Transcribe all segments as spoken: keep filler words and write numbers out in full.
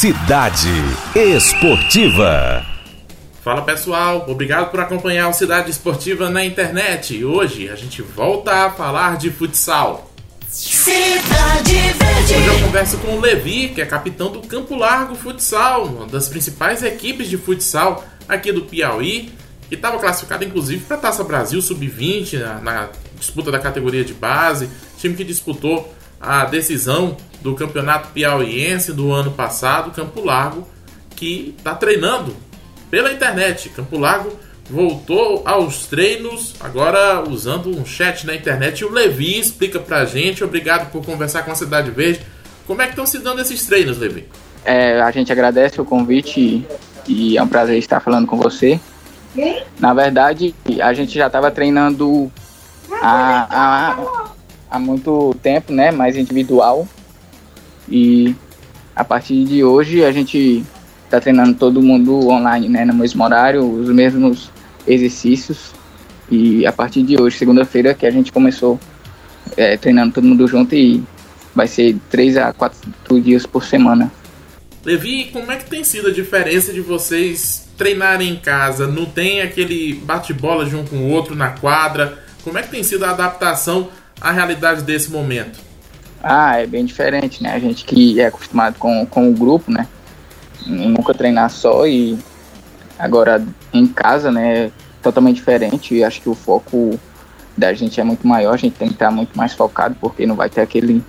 Cidade Esportiva. Fala pessoal, obrigado por acompanhar o Cidade Esportiva na internet. Hoje a gente volta a falar de futsal. Cidade Verde. Hoje eu converso com o Levi, que é capitão do Campo Largo Futsal, uma das principais equipes de futsal aqui do Piauí, que estava classificado inclusive para a Taça Brasil sub vinte na, na disputa da categoria de base, time que disputou a decisão do campeonato piauiense do ano passado. Campo Largo, que está treinando pela internet. Campo Largo voltou aos treinos, agora usando um chat na internet. E o Levi explica pra gente. Obrigado por conversar com a Cidade Verde. Como é que estão se dando esses treinos, Levi? É, a gente agradece o convite e é um prazer estar falando com você. Na verdade, a gente já estava treinando há, há, há muito tempo, né? Mais individual. E a partir de hoje a gente está treinando todo mundo online, né? No mesmo horário, os mesmos exercícios. E a partir de hoje, segunda-feira, que a gente começou é, treinando todo mundo junto, e vai ser três a quatro dias por semana. Levi, como é que tem sido a diferença de vocês treinarem em casa? Não tem aquele bate-bola de um com o outro na quadra? Como é que tem sido a adaptação à realidade desse momento? Ah, é bem diferente, né? A gente que é acostumado com, com o grupo, né? Nunca treinar só, e agora em casa, né? É totalmente diferente, e acho que o foco da gente é muito maior. A gente tem que estar muito mais focado, porque não vai ter aquele,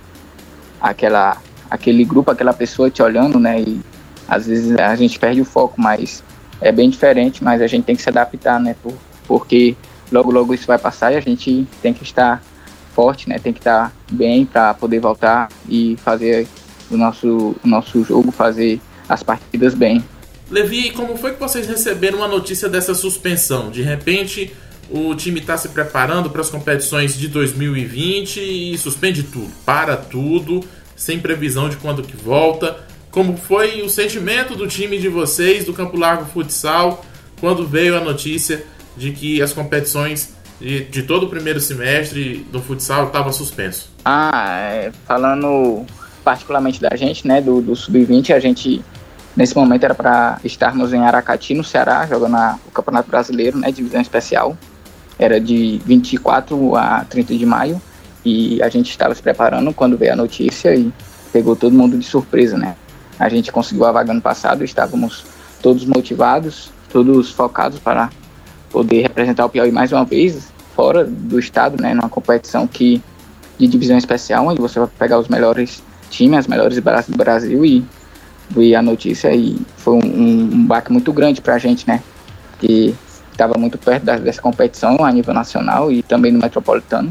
aquela, aquele grupo, aquela pessoa te olhando, né? E às vezes a gente perde o foco, mas é bem diferente, mas a gente tem que se adaptar, né? Por, porque logo, logo isso vai passar e a gente tem que estar forte, né? Tem que estar bem para poder voltar e fazer o nosso, o nosso jogo, fazer as partidas bem. Levi, como foi que vocês receberam a notícia dessa suspensão? De repente, o time está se preparando para as competições de dois mil e vinte e suspende tudo, para tudo, sem previsão de quando que volta. Como foi o sentimento do time de vocês, do Campo Largo Futsal, quando veio a notícia de que as competições de, de todo o primeiro semestre do futsal estavam suspenso? Ah, é, falando particularmente da gente, né, do, do sub vinte, a gente nesse momento era para estarmos em Aracati, no Ceará, jogando a, o Campeonato Brasileiro, né, divisão especial. Era de vinte e quatro a trinta de maio, e a gente estava se preparando quando veio a notícia e pegou todo mundo de surpresa, né. A gente conseguiu a vaga no passado, estávamos todos motivados, todos focados para poder representar o Piauí mais uma vez, fora do estado, né, numa competição que, de divisão especial, onde você vai pegar os melhores times, as melhores braços do Brasil, e vi a notícia e foi um, um baque muito grande pra gente, né, que estava muito perto da, dessa competição a nível nacional e também no Metropolitano,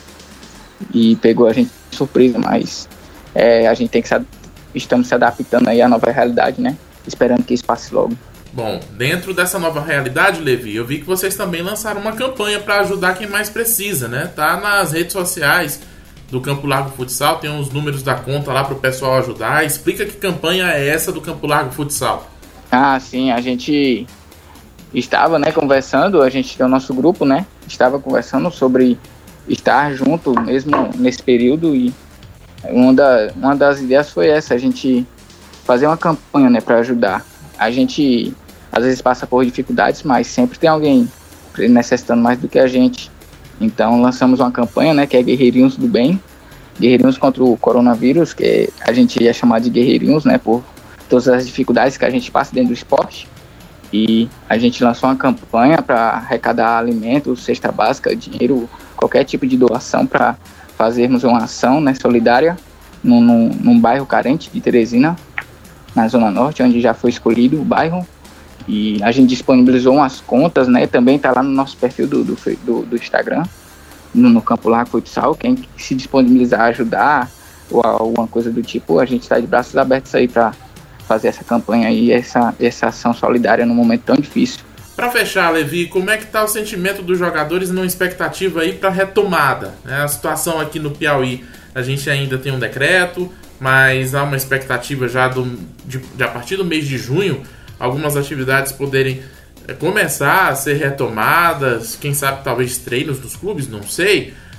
e pegou a gente de surpresa, mas é, a gente tem que se, estamos se adaptando aí à nova realidade, né, esperando que isso passe logo. Bom, dentro dessa nova realidade, Levi, eu vi que vocês também lançaram uma campanha para ajudar quem mais precisa, né, tá nas redes sociais do Campo Largo Futsal, tem os números da conta lá para o pessoal ajudar. Explica que campanha é essa do Campo Largo Futsal. Ah, sim, a gente estava, né, conversando, a gente tem o nosso grupo, né, estava conversando sobre estar junto mesmo nesse período, e uma, da, uma das ideias foi essa, a gente fazer uma campanha, né, para ajudar. A gente às vezes passa por dificuldades, mas sempre tem alguém necessitando mais do que a gente. Então lançamos uma campanha, né, que é Guerreirinhos do Bem, Guerreirinhos contra o Coronavírus, que a gente é chamado de Guerreirinhos, né, por todas as dificuldades que a gente passa dentro do esporte. E a gente lançou uma campanha para arrecadar alimentos, cesta básica, dinheiro, qualquer tipo de doação, para fazermos uma ação, né, solidária num, num, num bairro carente de Teresina, na Zona Norte, onde já foi escolhido o bairro. E a gente disponibilizou umas contas, né, também está lá no nosso perfil do, do, do, do Instagram, no, no Campo Largo Futsal. Quem se disponibilizar a ajudar ou alguma coisa do tipo, a gente está de braços abertos aí para fazer essa campanha e essa, essa ação solidária num momento tão difícil. Para fechar, Levi, como é que está o sentimento dos jogadores numa expectativa aí para retomada, né? A situação aqui no Piauí, a gente ainda tem um decreto, mas há uma expectativa já do, de, de a partir do mês de junho, algumas atividades poderem é, começar a ser retomadas, quem sabe talvez treinos dos clubes, não sei.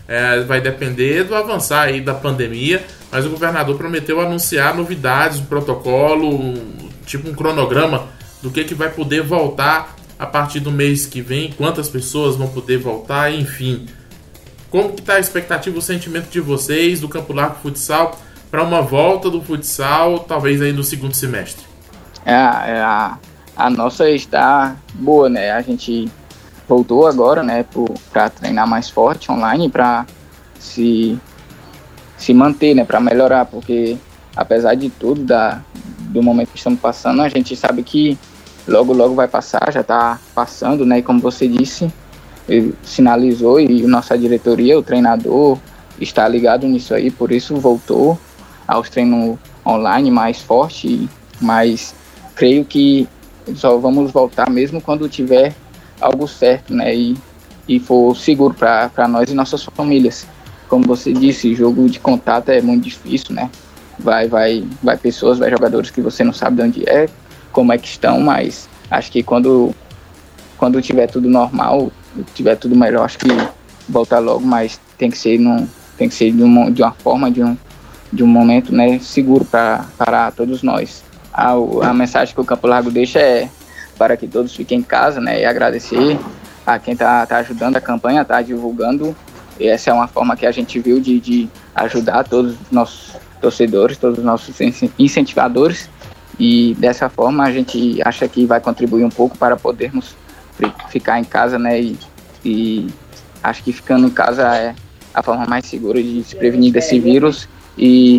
é, vai depender do avançar aí da pandemia, mas o governador prometeu anunciar novidades, um protocolo, um, tipo um cronograma do que, que vai poder voltar a partir do mês que vem, quantas pessoas vão poder voltar, enfim. Como que está a expectativa, o sentimento de vocês do Campo Largo Futsal para uma volta do futsal, talvez aí no segundo semestre? É, é a, a nossa está boa, né? A gente voltou agora, né, para treinar mais forte online, para se, se manter, né, para melhorar, porque apesar de tudo, da, do momento que estamos passando, a gente sabe que logo, logo vai passar, já está passando, né, e como você disse, sinalizou, e a nossa diretoria, o treinador, está ligado nisso aí, por isso voltou aos treinos online mais forte, mas creio que só vamos voltar mesmo quando tiver algo certo, né, e, e for seguro para nós e nossas famílias. Como você disse, jogo de contato é muito difícil, né, vai, vai, vai pessoas, vai jogadores que você não sabe de onde é, como é que estão, mas acho que quando, quando tiver tudo normal, tiver tudo melhor, acho que voltar logo, mas tem que ser, num, tem que ser de, uma, de uma forma, de um, de um momento, né, seguro pra, para todos nós. A, a mensagem que o Campo Largo deixa é para que todos fiquem em casa, né, e agradecer a quem está tá ajudando a campanha, está divulgando. E essa é uma forma que a gente viu de, de ajudar todos os nossos torcedores, todos os nossos incentivadores, e dessa forma a gente acha que vai contribuir um pouco para podermos ficar em casa, né, e, e acho que ficando em casa é a forma mais segura de se prevenir desse vírus, e,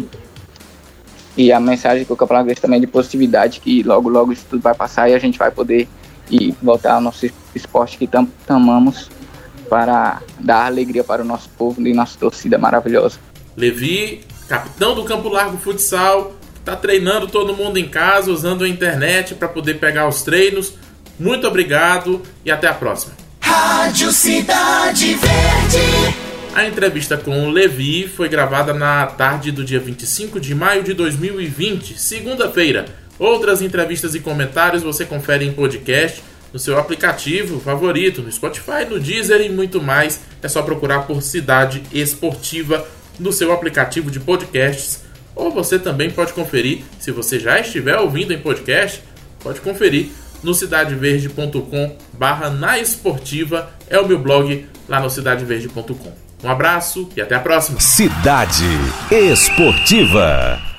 e a mensagem que o Campo Largo deixa também de positividade, que logo, logo isso tudo vai passar e a gente vai poder ir voltar ao nosso esporte que tanto amamos, para dar alegria para o nosso povo e nossa torcida maravilhosa. Levi, capitão do Campo Largo Futsal, está treinando todo mundo em casa, usando a internet para poder pegar os treinos. Muito obrigado e até a próxima. Rádio Cidade Verde. A entrevista com o Levi foi gravada na tarde do dia vinte e cinco de maio de dois mil e vinte, segunda-feira. Outras entrevistas e comentários você confere em podcast, no seu aplicativo favorito, no Spotify, no Deezer e muito mais. É só procurar por Cidade Esportiva no seu aplicativo de podcasts. Ou você também pode conferir, se você já estiver ouvindo em podcast, pode conferir no cidadeverde ponto com barra na esportiva, é o meu blog lá no cidadeverde ponto com. Um abraço e até a próxima. Cidade Esportiva.